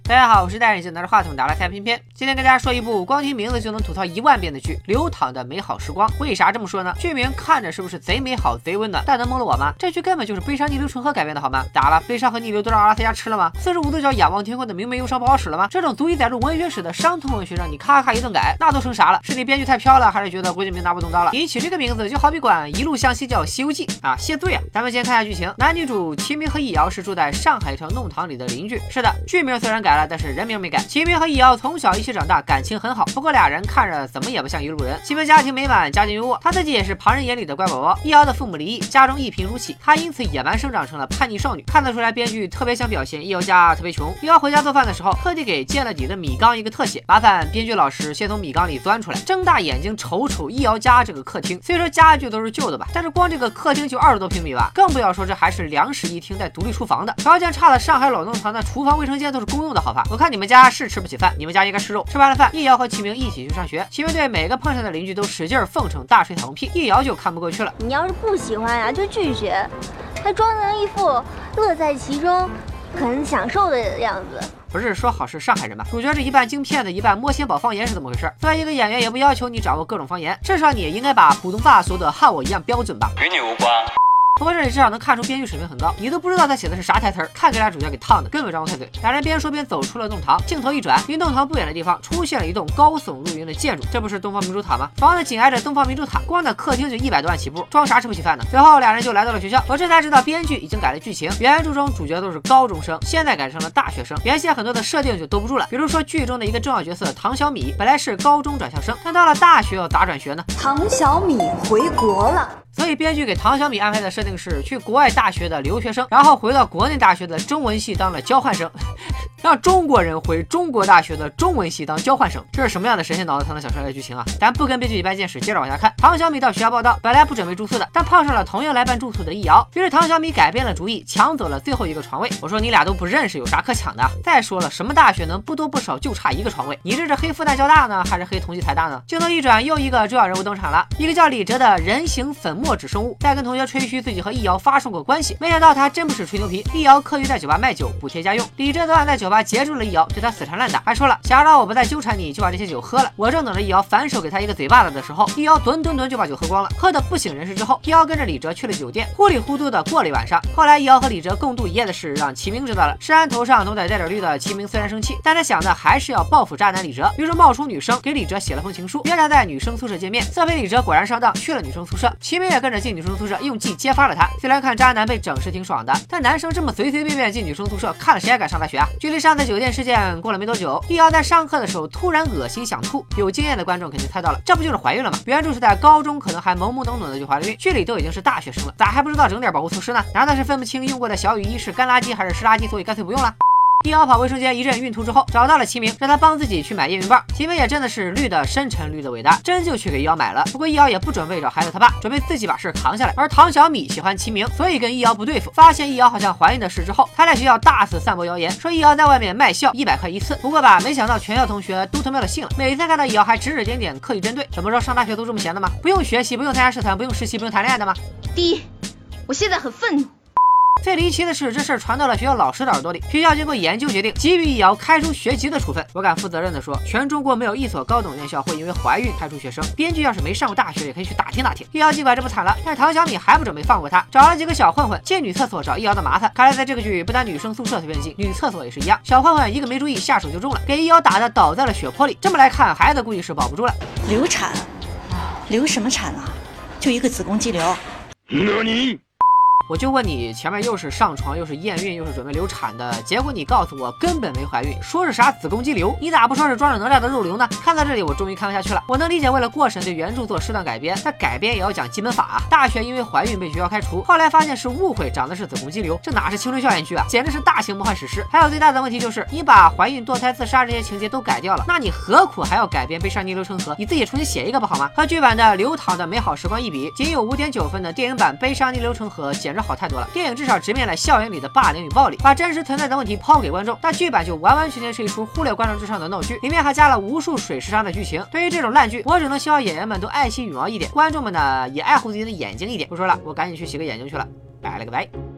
大家好，我是戴眼镜拿着话筒打来开片片。今天跟大家说一部光听名字就能吐槽10000遍的剧《流淌的美好时光》。为啥这么说呢？剧名看着是不是贼美好、贼温暖？但能蒙了我吗？这剧根本就是悲伤逆流成河改编的好吗？咋了？悲伤和逆流都让阿拉斯加吃了吗？45度角仰望天空的明媚忧伤不好使了吗？这种足以载入文学史的伤痛文学，让你咔咔一顿改，那都成啥了？是你编剧太飘了，还是觉得郭敬明拿不动刀了？你起这个名字就好比管一路向西叫《西游记》啊，谢罪啊！咱们先看一下剧情，男女主齐明和易遥是住在上海一条弄堂里的邻居。是的，剧名虽然改了，但是人名没改。齐明和易遥从小一起长大，感情很好。不过俩人看着怎么也不像一路人。齐明家庭美满，家境优渥，他自己也是旁人眼里的乖宝宝。易遥的父母离异，家中一贫如洗，她因此野蛮生长成了叛逆少女。看得出来，编剧特别想表现易遥家特别穷。易遥回家做饭的时候，特地给见了底的米缸一个特写，麻烦编剧老师先从米缸里钻出来，睁大眼睛瞅瞅易遥家这个客厅。虽说家具都是旧的吧，但是光这个客厅就20多平米吧，更不要说这还是2室1厅带独立厨房的，条件差的上海老弄堂的厨房卫生间都是公用的好吧？我看你们家是吃不起饭，你们家应该吃肉。吃完了饭，易遥和齐明一起去上学。齐明对每个碰上的邻居都使劲奉承大吹彩虹屁，易遥就看不过去了。 你要是不喜欢呀，就拒绝，还装成一副乐在其中、很享受的样子。 不是说好是上海人吗？主角是一半京片子一半摸仙堡方言是怎么回事？作为一个演员，也不要求你掌握各种方言，至少你也应该把普通话说的和我一样标准吧。 与你无关。 不过这里至少能看出编剧水平很高，你都不知道他写的是啥台词儿，看给俩主角给烫的，根本张不开嘴。俩人边说边走出了弄堂，镜头一转，离弄堂不远的地方出现了一栋高耸入云的建筑，这不是东方明珠塔吗？房子紧挨着东方明珠塔，光那客厅就100多万起步，装啥吃不起饭呢？随后俩人就来到了学校，我这才知道编剧已经改了剧情，原著中主角都是高中生，现在改成了大学生，原先很多的设定就兜不住了。比如说剧中的一个重要角色唐小米，本来是高中转校生，但到了大学要咋转学呢？ 唐小米回国了。 所以编剧给唐小米安排的设定是去国外大学的留学生，然后回到国内大学的中文系当了交换生，让中国人回中国大学的中文系当交换生，这是什么样的神仙脑子才能想出来的剧情啊？咱不跟编剧一般见识，接着往下看。唐小米到学校报道，本来不准备住宿的，但碰上了同样来办住宿的易遥，于是唐小米改变了主意，抢走了最后一个床位。我说你俩都不认识，有啥可抢的？再说了，什么大学能不多不少就差1个床位？你这是黑复旦交大呢，还是黑同济台大呢？镜头一转，又一个重要人物登场了，一个叫李哲的人形粉末指生物，在跟同学吹嘘自己和易遥发生过关系，没想到他真不是吹牛皮，易遥课余在酒吧卖酒补贴家用。李哲昨晚在酒吧截住了易遥，对他死缠烂打，还说了想让我不再纠缠你，就把这些酒喝了。我正等着易遥反手给他一个嘴巴子的时候，易遥吨就把酒喝光了，喝得不省人事之后，易遥跟着李哲去了酒店，糊里糊涂的过了一晚上。后来易遥和李哲共度一夜的事让齐明知道了，施安头上头带点绿的齐明虽然生气，但他想的还是要报复渣男李哲，于是冒充女生给李哲写了封情书，约他在女生宿舍见面。色胚李哲果然上当，去了女生宿舍，齐明也跟着进女生宿舍，用计揭发了他。虽然看渣男被整是挺爽的，但男生这么随便进女生宿舍，看了谁还敢上大学啊？距离上次酒店事件过了没多久，易遥在上课的时候突然恶心想吐，有经验的观众肯定猜到了，这不就是怀孕了吗？原著是在高中可能还懵懂的就怀了孕，剧里都已经是大学生了，咋还不知道整点保护措施呢？难道是分不清用过的小雨衣是干垃圾还是湿垃圾，所以干脆不用了？易遥跑卫生间一阵孕吐之后，找到了齐明，让他帮自己去买验孕棒。齐明也真的是绿的深沉，绿的伟大，真就去给易遥买了。不过易遥也不准备找孩子他爸，准备自己把事扛下来。而唐小米喜欢齐明，所以跟易遥不对付。发现易遥好像怀孕的事之后，他在学校大肆散播谣言，说易遥在外面卖笑100块一次。不过吧，没想到全校同学都他妈的信了，每次看到易遥还指指点点，刻意针对。怎么着，上大学都这么闲的吗？不用学习，不用参加社团，不用实习，不用谈恋爱的吗？ 第一，我现在很愤怒。 最离奇的是，这事儿传到了学校老师的耳朵里。学校经过研究决定，给予易遥开除学籍的处分。我敢负责任的说，全中国没有一所高等院校会因为怀孕开除学生。编剧要是没上过大学，也可以去打听打听。易遥尽管这么惨了，但是唐小米还不准备放过他，找了几个小混混进女厕所找易遥的麻烦。看来在这个剧，不但女生宿舍随便进，女厕所也是一样。小混混一个没注意，下手就中了，给易遥打的倒在了血泊里。这么来看，孩子估计是保不住了。 流产，流什么产啊？就一个子宫肌瘤。 我就问你，前面又是上床又是验孕又是准备流产的，结果你告诉我根本没怀孕，说是啥子宫肌瘤，你咋不说是装着能量的肉瘤呢？看到这里我终于看不下去了。我能理解为了过审对原著做适当改编，但改编也要讲基本法啊。大学因为怀孕被学校开除，后来发现是误会，长的是子宫肌瘤，这哪是青春校园剧啊，简直是大型魔幻史诗。还有最大的问题就是你把怀孕、堕胎、自杀这些情节都改掉了，那你何苦还要改编悲伤逆流成河？你自己重新写一个不好吗？和剧版的流淌的美好时光一比，仅有5.9分的电影版悲伤逆流成河简直好太多了。电影至少直面了校园里的霸凌与暴力，把真实存在的问题抛给观众。但剧版就完全是一出忽略观众智商的闹剧，里面还加了无数水时尚的剧情。对于这种烂剧，我只能希望演员们都爱惜羽毛一点，观众们呢也爱护自己的眼睛一点。不说了，我赶紧去洗个眼睛去了，拜了个拜。